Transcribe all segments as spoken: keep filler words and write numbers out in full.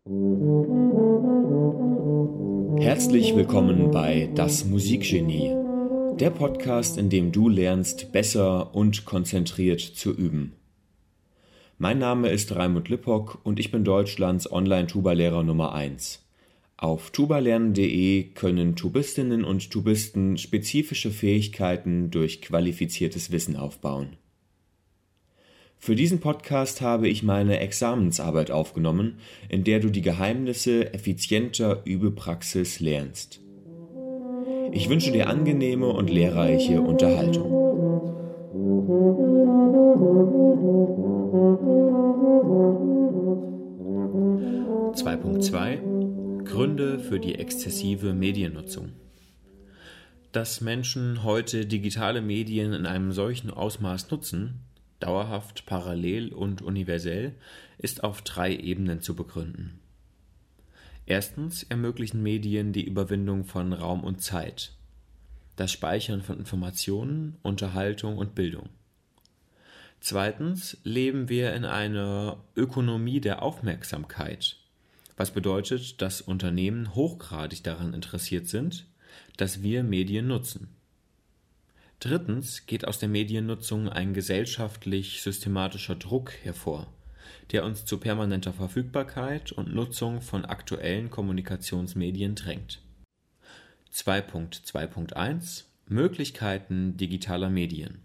Herzlich willkommen bei Das Musikgenie, der Podcast, in dem du lernst, besser und konzentriert zu üben. Mein Name ist Raimund Lippock und ich bin Deutschlands Online-Tuba-Lehrer Nummer eins. Auf tubalernen punkt de können Tubistinnen und Tubisten spezifische Fähigkeiten durch qualifiziertes Wissen aufbauen. Für diesen Podcast habe ich meine Examensarbeit aufgenommen, in der du die Geheimnisse effizienter Übepraxis lernst. Ich wünsche dir angenehme und lehrreiche Unterhaltung. zwei Punkt zwei Gründe für die exzessive Mediennutzung. Dass Menschen heute digitale Medien in einem solchen Ausmaß nutzen, dauerhaft, parallel und universell, ist auf drei Ebenen zu begründen. Erstens ermöglichen Medien die Überwindung von Raum und Zeit, das Speichern von Informationen, Unterhaltung und Bildung. Zweitens leben wir in einer Ökonomie der Aufmerksamkeit, was bedeutet, dass Unternehmen hochgradig daran interessiert sind, dass wir Medien nutzen. Drittens geht aus der Mediennutzung ein gesellschaftlich systematischer Druck hervor, der uns zu permanenter Verfügbarkeit und Nutzung von aktuellen Kommunikationsmedien drängt. zwei Punkt zwei Punkt eins Möglichkeiten digitaler Medien.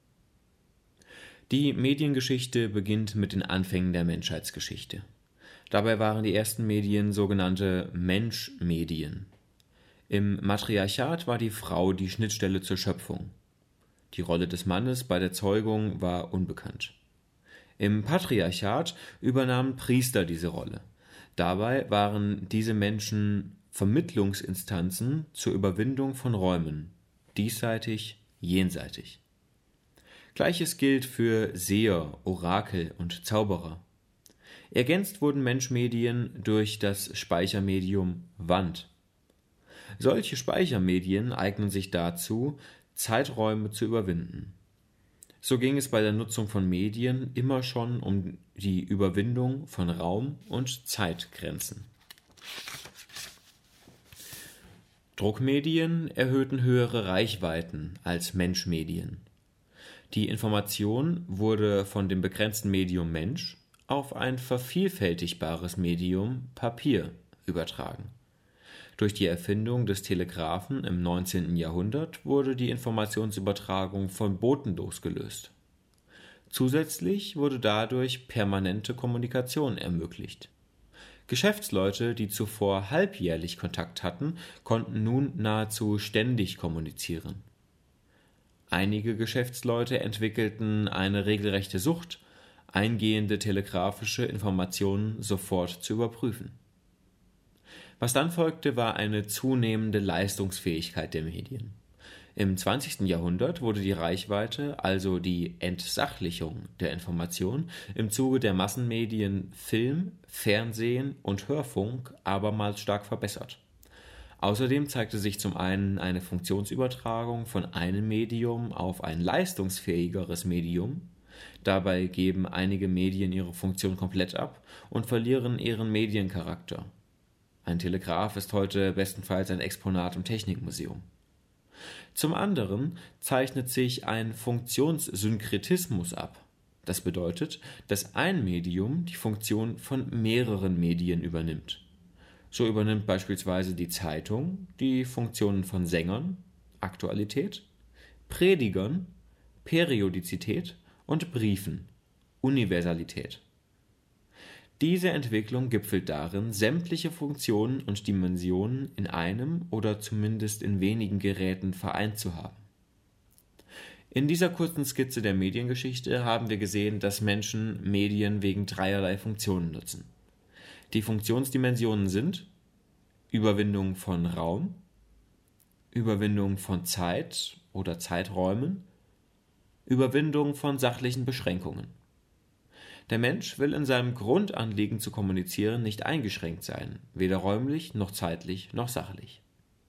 Die Mediengeschichte beginnt mit den Anfängen der Menschheitsgeschichte. Dabei waren die ersten Medien sogenannte Menschmedien. Im Matriarchat war die Frau die Schnittstelle zur Schöpfung. Die Rolle des Mannes bei der Zeugung war unbekannt. Im Patriarchat übernahmen Priester diese Rolle. Dabei waren diese Menschen Vermittlungsinstanzen zur Überwindung von Räumen, diesseitig, jenseitig. Gleiches gilt für Seher, Orakel und Zauberer. Ergänzt wurden Menschmedien durch das Speichermedium Wand. Solche Speichermedien eignen sich dazu, Zeiträume zu überwinden. So ging es bei der Nutzung von Medien immer schon um die Überwindung von Raum- und Zeitgrenzen. Druckmedien erhöhten höhere Reichweiten als Menschmedien. Die Information wurde von dem begrenzten Medium Mensch auf ein vervielfältigbares Medium Papier übertragen. Durch die Erfindung des Telegraphen im neunzehnten Jahrhundert wurde die Informationsübertragung von Boten losgelöst. Zusätzlich wurde dadurch permanente Kommunikation ermöglicht. Geschäftsleute, die zuvor halbjährlich Kontakt hatten, konnten nun nahezu ständig kommunizieren. Einige Geschäftsleute entwickelten eine regelrechte Sucht, eingehende telegrafische Informationen sofort zu überprüfen. Was dann folgte, war eine zunehmende Leistungsfähigkeit der Medien. Im zwanzigsten Jahrhundert wurde die Reichweite, also die Entsachlichung der Information, im Zuge der Massenmedien Film, Fernsehen und Hörfunk abermals stark verbessert. Außerdem zeigte sich zum einen eine Funktionsübertragung von einem Medium auf ein leistungsfähigeres Medium. Dabei geben einige Medien ihre Funktion komplett ab und verlieren ihren Mediencharakter. Ein Telegraph ist heute bestenfalls ein Exponat im Technikmuseum. Zum anderen zeichnet sich ein Funktionssynkretismus ab. Das bedeutet, dass ein Medium die Funktion von mehreren Medien übernimmt. So übernimmt beispielsweise die Zeitung die Funktionen von Sängern, Aktualität, Predigern, Periodizität und Briefen, Universalität. Diese Entwicklung gipfelt darin, sämtliche Funktionen und Dimensionen in einem oder zumindest in wenigen Geräten vereint zu haben. In dieser kurzen Skizze der Mediengeschichte haben wir gesehen, dass Menschen Medien wegen dreierlei Funktionen nutzen. Die Funktionsdimensionen sind Überwindung von Raum, Überwindung von Zeit oder Zeiträumen, Überwindung von sachlichen Beschränkungen. Der Mensch will in seinem Grundanliegen zu kommunizieren nicht eingeschränkt sein, weder räumlich noch zeitlich noch sachlich.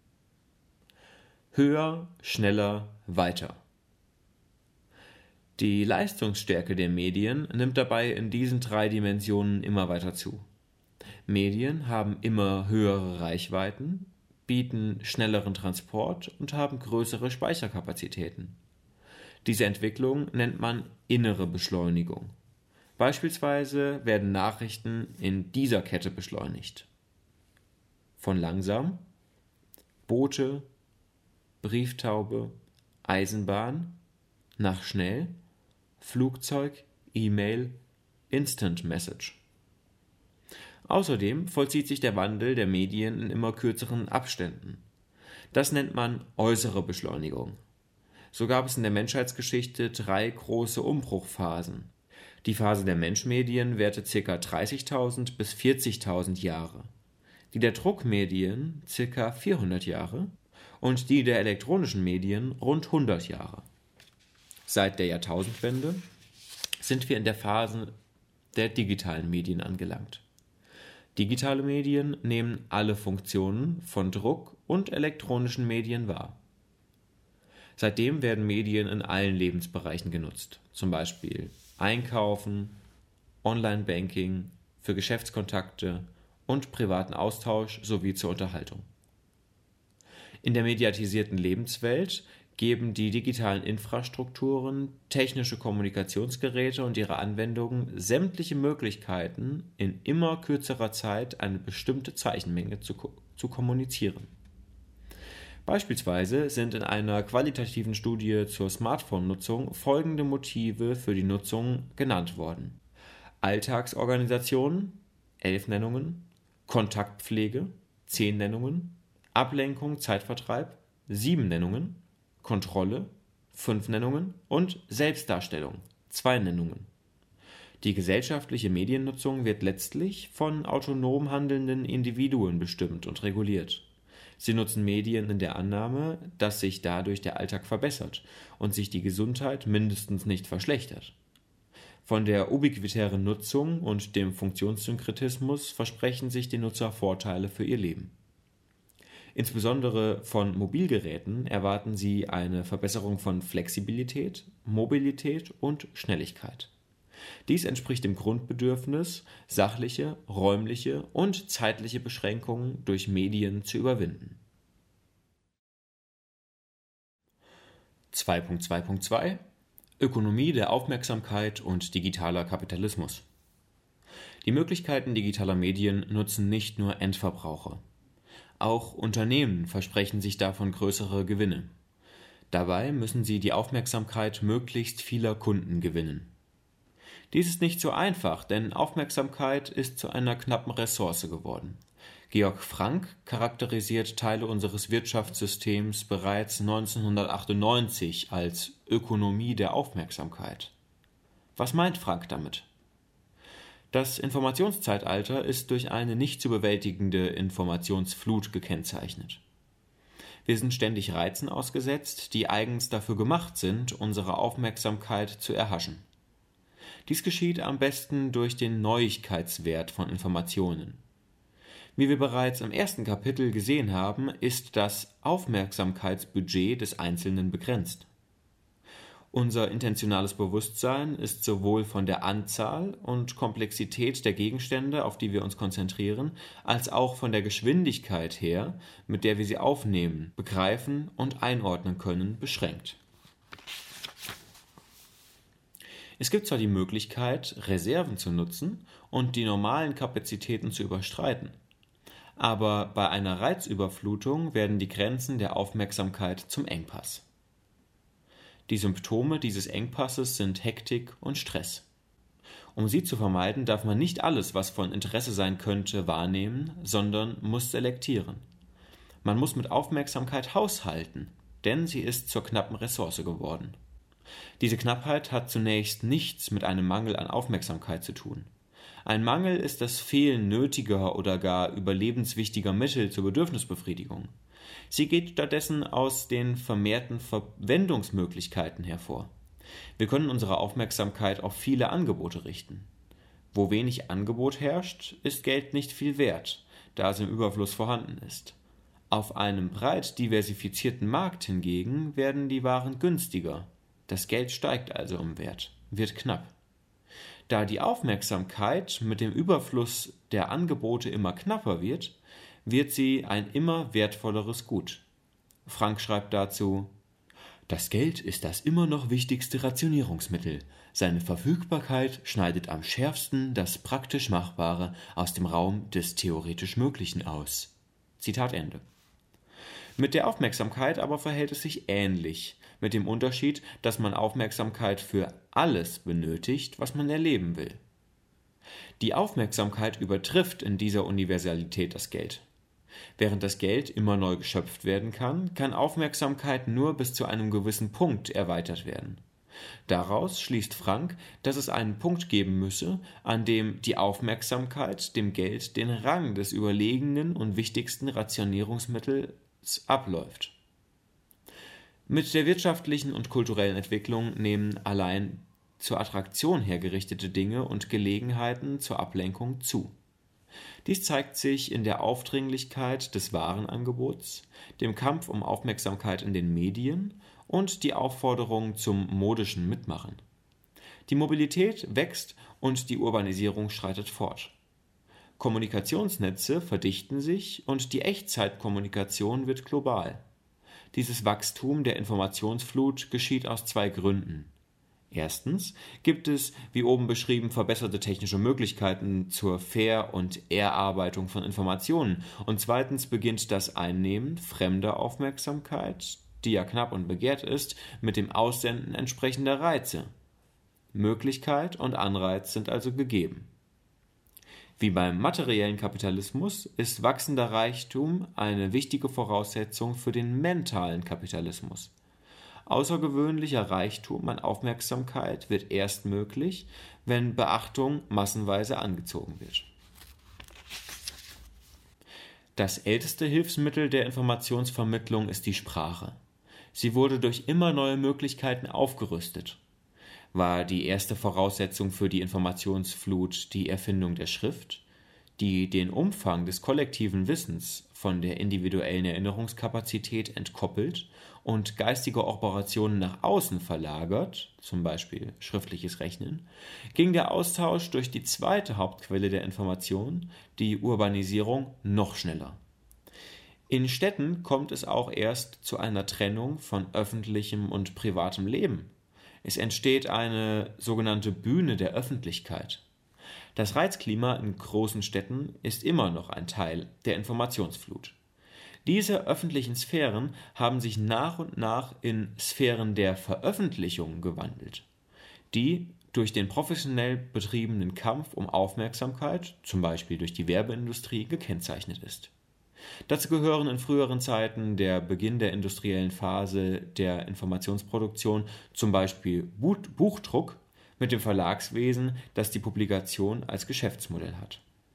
Höher, schneller, weiter. Die Leistungsstärke der Medien nimmt dabei in diesen drei Dimensionen immer weiter zu. Medien haben immer höhere Reichweiten, bieten schnelleren Transport und haben größere Speicherkapazitäten. Diese Entwicklung nennt man innere Beschleunigung. Beispielsweise werden Nachrichten in dieser Kette beschleunigt. Von langsam, Boote, Brieftaube, Eisenbahn, nach schnell, Flugzeug, E-Mail, Instant Message. Außerdem vollzieht sich der Wandel der Medien in immer kürzeren Abständen. Das nennt man äußere Beschleunigung. So gab es in der Menschheitsgeschichte drei große Umbruchphasen. Die Phase der Menschmedien währte ca. dreißigtausend bis vierzigtausend Jahre, die der Druckmedien ca. vierhundert Jahre und die der elektronischen Medien rund hundert Jahre. Seit der Jahrtausendwende sind wir in der Phase der digitalen Medien angelangt. Digitale Medien nehmen alle Funktionen von Druck- und elektronischen Medien wahr. Seitdem werden Medien in allen Lebensbereichen genutzt, zum Beispiel Einkaufen, Online-Banking, für Geschäftskontakte und privaten Austausch sowie zur Unterhaltung. In der mediatisierten Lebenswelt geben die digitalen Infrastrukturen, technische Kommunikationsgeräte und ihre Anwendungen sämtliche Möglichkeiten, in immer kürzerer Zeit eine bestimmte Zeichenmenge zu, zu kommunizieren. Beispielsweise sind in einer qualitativen Studie zur Smartphone-Nutzung folgende Motive für die Nutzung genannt worden: Alltagsorganisation, elf Nennungen, Kontaktpflege, zehn Nennungen, Ablenkung, Zeitvertreib, sieben Nennungen, Kontrolle, fünf Nennungen und Selbstdarstellung, zwei Nennungen. Die gesellschaftliche Mediennutzung wird letztlich von autonom handelnden Individuen bestimmt und reguliert. Sie nutzen Medien in der Annahme, dass sich dadurch der Alltag verbessert und sich die Gesundheit mindestens nicht verschlechtert. Von der ubiquitären Nutzung und dem Funktionssynkretismus versprechen sich die Nutzer Vorteile für ihr Leben. Insbesondere von Mobilgeräten erwarten sie eine Verbesserung von Flexibilität, Mobilität und Schnelligkeit. Dies entspricht dem Grundbedürfnis, sachliche, räumliche und zeitliche Beschränkungen durch Medien zu überwinden. zwei Punkt zwei Punkt zwei Ökonomie der Aufmerksamkeit und digitaler Kapitalismus. Die Möglichkeiten digitaler Medien nutzen nicht nur Endverbraucher. Auch Unternehmen versprechen sich davon größere Gewinne. Dabei müssen sie die Aufmerksamkeit möglichst vieler Kunden gewinnen. Dies ist nicht so einfach, denn Aufmerksamkeit ist zu einer knappen Ressource geworden. Georg Frank charakterisiert Teile unseres Wirtschaftssystems bereits neunzehnhundertachtundneunzig als Ökonomie der Aufmerksamkeit. Was meint Frank damit? Das Informationszeitalter ist durch eine nicht zu bewältigende Informationsflut gekennzeichnet. Wir sind ständig Reizen ausgesetzt, die eigens dafür gemacht sind, unsere Aufmerksamkeit zu erhaschen. Dies geschieht am besten durch den Neuigkeitswert von Informationen. Wie wir bereits im ersten Kapitel gesehen haben, ist das Aufmerksamkeitsbudget des Einzelnen begrenzt. Unser intentionales Bewusstsein ist sowohl von der Anzahl und Komplexität der Gegenstände, auf die wir uns konzentrieren, als auch von der Geschwindigkeit her, mit der wir sie aufnehmen, begreifen und einordnen können, beschränkt. Es gibt zwar die Möglichkeit, Reserven zu nutzen und die normalen Kapazitäten zu überstreiten, aber bei einer Reizüberflutung werden die Grenzen der Aufmerksamkeit zum Engpass. Die Symptome dieses Engpasses sind Hektik und Stress. Um sie zu vermeiden, darf man nicht alles, was von Interesse sein könnte, wahrnehmen, sondern muss selektieren. Man muss mit Aufmerksamkeit haushalten, denn sie ist zur knappen Ressource geworden. Diese Knappheit hat zunächst nichts mit einem Mangel an Aufmerksamkeit zu tun. Ein Mangel ist das Fehlen nötiger oder gar überlebenswichtiger Mittel zur Bedürfnisbefriedigung. Sie geht stattdessen aus den vermehrten Verwendungsmöglichkeiten hervor. Wir können unsere Aufmerksamkeit auf viele Angebote richten. Wo wenig Angebot herrscht, ist Geld nicht viel wert, da es im Überfluss vorhanden ist. Auf einem breit diversifizierten Markt hingegen werden die Waren günstiger. Das Geld steigt also im Wert, wird knapp. Da die Aufmerksamkeit mit dem Überfluss der Angebote immer knapper wird, wird sie ein immer wertvolleres Gut. Frank schreibt dazu: Das Geld ist das immer noch wichtigste Rationierungsmittel. Seine Verfügbarkeit schneidet am schärfsten das praktisch Machbare aus dem Raum des theoretisch Möglichen aus. Zitat Ende. Mit der Aufmerksamkeit aber verhält es sich ähnlich, mit dem Unterschied, dass man Aufmerksamkeit für alles benötigt, was man erleben will. Die Aufmerksamkeit übertrifft in dieser Universalität das Geld. Während das Geld immer neu geschöpft werden kann, kann Aufmerksamkeit nur bis zu einem gewissen Punkt erweitert werden. Daraus schließt Frank, dass es einen Punkt geben müsse, an dem die Aufmerksamkeit dem Geld den Rang des überlegenen und wichtigsten Rationierungsmittels abläuft. Mit der wirtschaftlichen und kulturellen Entwicklung nehmen allein zur Attraktion hergerichtete Dinge und Gelegenheiten zur Ablenkung zu. Dies zeigt sich in der Aufdringlichkeit des Warenangebots, dem Kampf um Aufmerksamkeit in den Medien und die Aufforderung zum modischen Mitmachen. Die Mobilität wächst und die Urbanisierung schreitet fort. Kommunikationsnetze verdichten sich und die Echtzeitkommunikation wird global. Dieses Wachstum der Informationsflut geschieht aus zwei Gründen. Erstens gibt es, wie oben beschrieben, verbesserte technische Möglichkeiten zur Ver- und Erarbeitung von Informationen. Und zweitens beginnt das Einnehmen fremder Aufmerksamkeit, die ja knapp und begehrt ist, mit dem Aussenden entsprechender Reize. Möglichkeit und Anreiz sind also gegeben. Wie beim materiellen Kapitalismus ist wachsender Reichtum eine wichtige Voraussetzung für den mentalen Kapitalismus. Außergewöhnlicher Reichtum an Aufmerksamkeit wird erst möglich, wenn Beachtung massenweise angezogen wird. Das älteste Hilfsmittel der Informationsvermittlung ist die Sprache. Sie wurde durch immer neue Möglichkeiten aufgerüstet. War die erste Voraussetzung für die Informationsflut die Erfindung der Schrift, die den Umfang des kollektiven Wissens von der individuellen Erinnerungskapazität entkoppelt und geistige Operationen nach außen verlagert, zum Beispiel schriftliches Rechnen, ging der Austausch durch die zweite Hauptquelle der Information, die Urbanisierung, noch schneller. In Städten kommt es auch erst zu einer Trennung von öffentlichem und privatem Leben. Es entsteht eine sogenannte Bühne der Öffentlichkeit. Das Reizklima in großen Städten ist immer noch ein Teil der Informationsflut. Diese öffentlichen Sphären haben sich nach und nach in Sphären der Veröffentlichung gewandelt, die durch den professionell betriebenen Kampf um Aufmerksamkeit, zum Beispiel durch die Werbeindustrie, gekennzeichnet ist. Dazu gehören in früheren Zeiten der Beginn der industriellen Phase der Informationsproduktion, zum Beispiel Buchdruck, mit dem Verlagswesen, das die Publikation als Geschäftsmodell hat.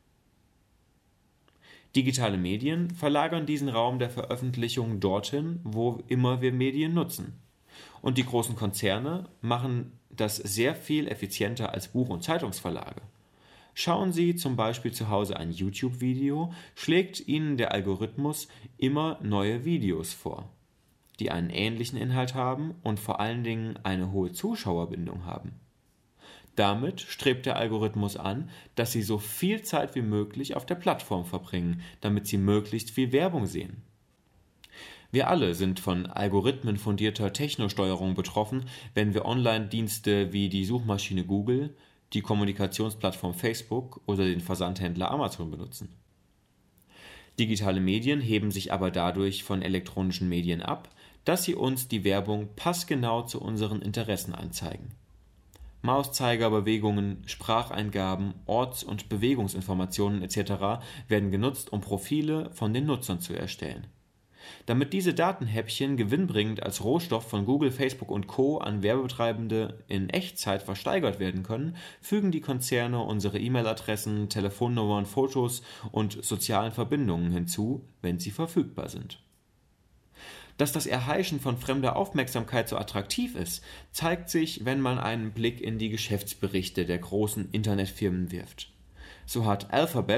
Digitale Medien verlagern diesen Raum der Veröffentlichung dorthin, wo immer wir Medien nutzen. Und die großen Konzerne machen das sehr viel effizienter als Buch- und Zeitungsverlage. Schauen Sie zum Beispiel zu Hause ein YouTube-Video, schlägt Ihnen der Algorithmus immer neue Videos vor, die einen ähnlichen Inhalt haben und vor allen Dingen eine hohe Zuschauerbindung haben. Damit strebt der Algorithmus an, dass Sie so viel Zeit wie möglich auf der Plattform verbringen, damit Sie möglichst viel Werbung sehen. Wir alle sind von algorithmenfundierter Technosteuerung betroffen, wenn wir Online-Dienste wie die Suchmaschine Google, die Kommunikationsplattform Facebook oder den Versandhändler Amazon benutzen. Digitale Medien heben sich aber dadurch von elektronischen Medien ab, dass sie uns die Werbung passgenau zu unseren Interessen anzeigen. Mauszeigerbewegungen, Spracheingaben, Orts- und Bewegungsinformationen et cetera werden genutzt, um Profile von den Nutzern zu erstellen. Damit diese Datenhäppchen gewinnbringend als Rohstoff von Google, Facebook und Co. an Werbetreibende in Echtzeit versteigert werden können, fügen die Konzerne unsere E-Mail-Adressen, Telefonnummern, Fotos und sozialen Verbindungen hinzu, wenn sie verfügbar sind. Dass das Erheischen von fremder Aufmerksamkeit so attraktiv ist, zeigt sich, wenn man einen Blick in die Geschäftsberichte der großen Internetfirmen wirft. So hat Alphabet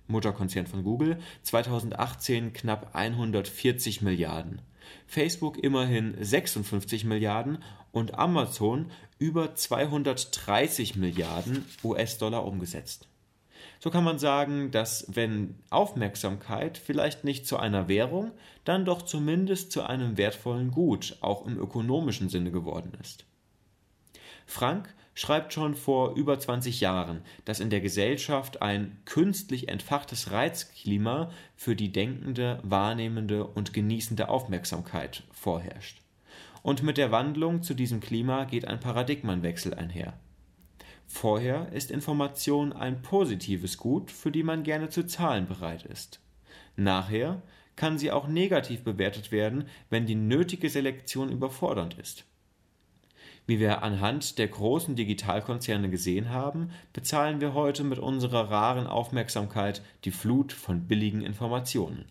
Mutterkonzern von Google, zweitausendachtzehn knapp hundertvierzig Milliarden, Facebook immerhin sechsundfünfzig Milliarden und Amazon über zweihundertdreißig Milliarden U S-Dollar umgesetzt. So kann man sagen, dass wenn Aufmerksamkeit vielleicht nicht zu einer Währung, dann doch zumindest zu einem wertvollen Gut, auch im ökonomischen Sinne geworden ist. Frank schreibt schon vor über zwanzig Jahren, dass in der Gesellschaft ein künstlich entfachtes Reizklima für die denkende, wahrnehmende und genießende Aufmerksamkeit vorherrscht. Und mit der Wandlung zu diesem Klima geht ein Paradigmenwechsel einher. Vorher ist Information ein positives Gut, für die man gerne zu zahlen bereit ist. Nachher kann sie auch negativ bewertet werden, wenn die nötige Selektion überfordernd ist. Wie wir anhand der großen Digitalkonzerne gesehen haben, bezahlen wir heute mit unserer raren Aufmerksamkeit die Flut von billigen Informationen.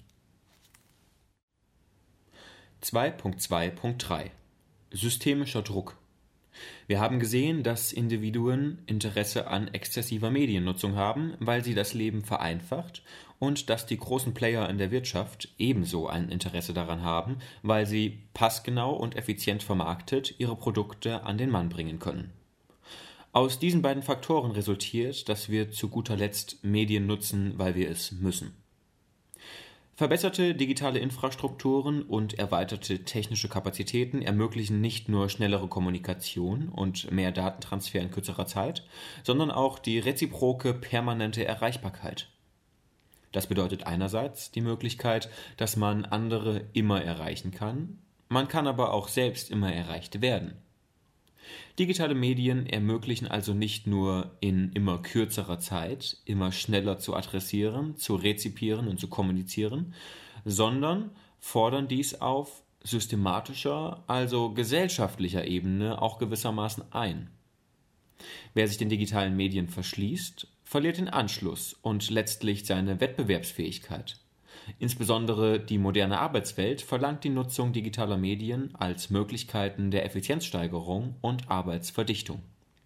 zwei Punkt zwei Punkt drei Systemischer Druck. Wir haben gesehen, dass Individuen Interesse an exzessiver Mediennutzung haben, weil sie das Leben vereinfacht, und dass die großen Player in der Wirtschaft ebenso ein Interesse daran haben, weil sie passgenau und effizient vermarktet ihre Produkte an den Mann bringen können. Aus diesen beiden Faktoren resultiert, dass wir zu guter Letzt Medien nutzen, weil wir es müssen. Verbesserte digitale Infrastrukturen und erweiterte technische Kapazitäten ermöglichen nicht nur schnellere Kommunikation und mehr Datentransfer in kürzerer Zeit, sondern auch die reziproke permanente Erreichbarkeit. Das bedeutet einerseits die Möglichkeit, dass man andere immer erreichen kann, man kann aber auch selbst immer erreicht werden. Digitale Medien ermöglichen also nicht nur in immer kürzerer Zeit immer schneller zu adressieren, zu rezipieren und zu kommunizieren, sondern fordern dies auf systematischer, also gesellschaftlicher Ebene auch gewissermaßen ein. Wer sich den digitalen Medien verschließt, verliert den Anschluss und letztlich seine Wettbewerbsfähigkeit. Insbesondere die moderne Arbeitswelt verlangt die Nutzung digitaler Medien als Möglichkeiten der Effizienzsteigerung und Arbeitsverdichtung.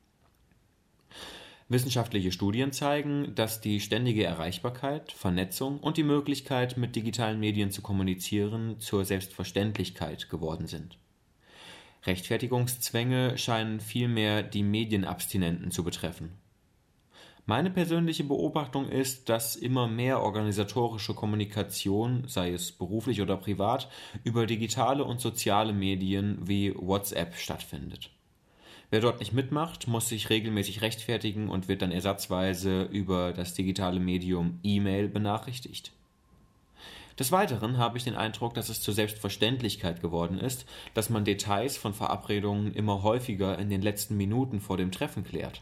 Wissenschaftliche Studien zeigen, dass die ständige Erreichbarkeit, Vernetzung und die Möglichkeit, mit digitalen Medien zu kommunizieren, zur Selbstverständlichkeit geworden sind. Rechtfertigungszwänge scheinen vielmehr die Medienabstinenten zu betreffen. Meine persönliche Beobachtung ist, dass immer mehr organisatorische Kommunikation, sei es beruflich oder privat, über digitale und soziale Medien wie WhatsApp stattfindet. Wer dort nicht mitmacht, muss sich regelmäßig rechtfertigen und wird dann ersatzweise über das digitale Medium E-Mail benachrichtigt. Des Weiteren habe ich den Eindruck, dass es zur Selbstverständlichkeit geworden ist, dass man Details von Verabredungen immer häufiger in den letzten Minuten vor dem Treffen klärt.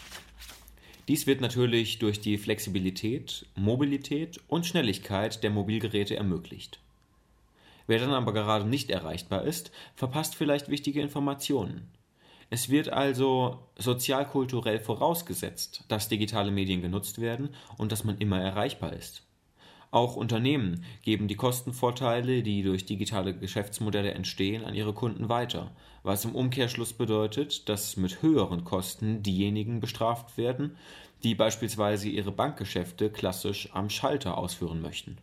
Dies wird natürlich durch die Flexibilität, Mobilität und Schnelligkeit der Mobilgeräte ermöglicht. Wer dann aber gerade nicht erreichbar ist, verpasst vielleicht wichtige Informationen. Es wird also sozialkulturell vorausgesetzt, dass digitale Medien genutzt werden und dass man immer erreichbar ist. Auch Unternehmen geben die Kostenvorteile, die durch digitale Geschäftsmodelle entstehen, an ihre Kunden weiter, was im Umkehrschluss bedeutet, dass mit höheren Kosten diejenigen bestraft werden, die beispielsweise ihre Bankgeschäfte klassisch am Schalter ausführen möchten.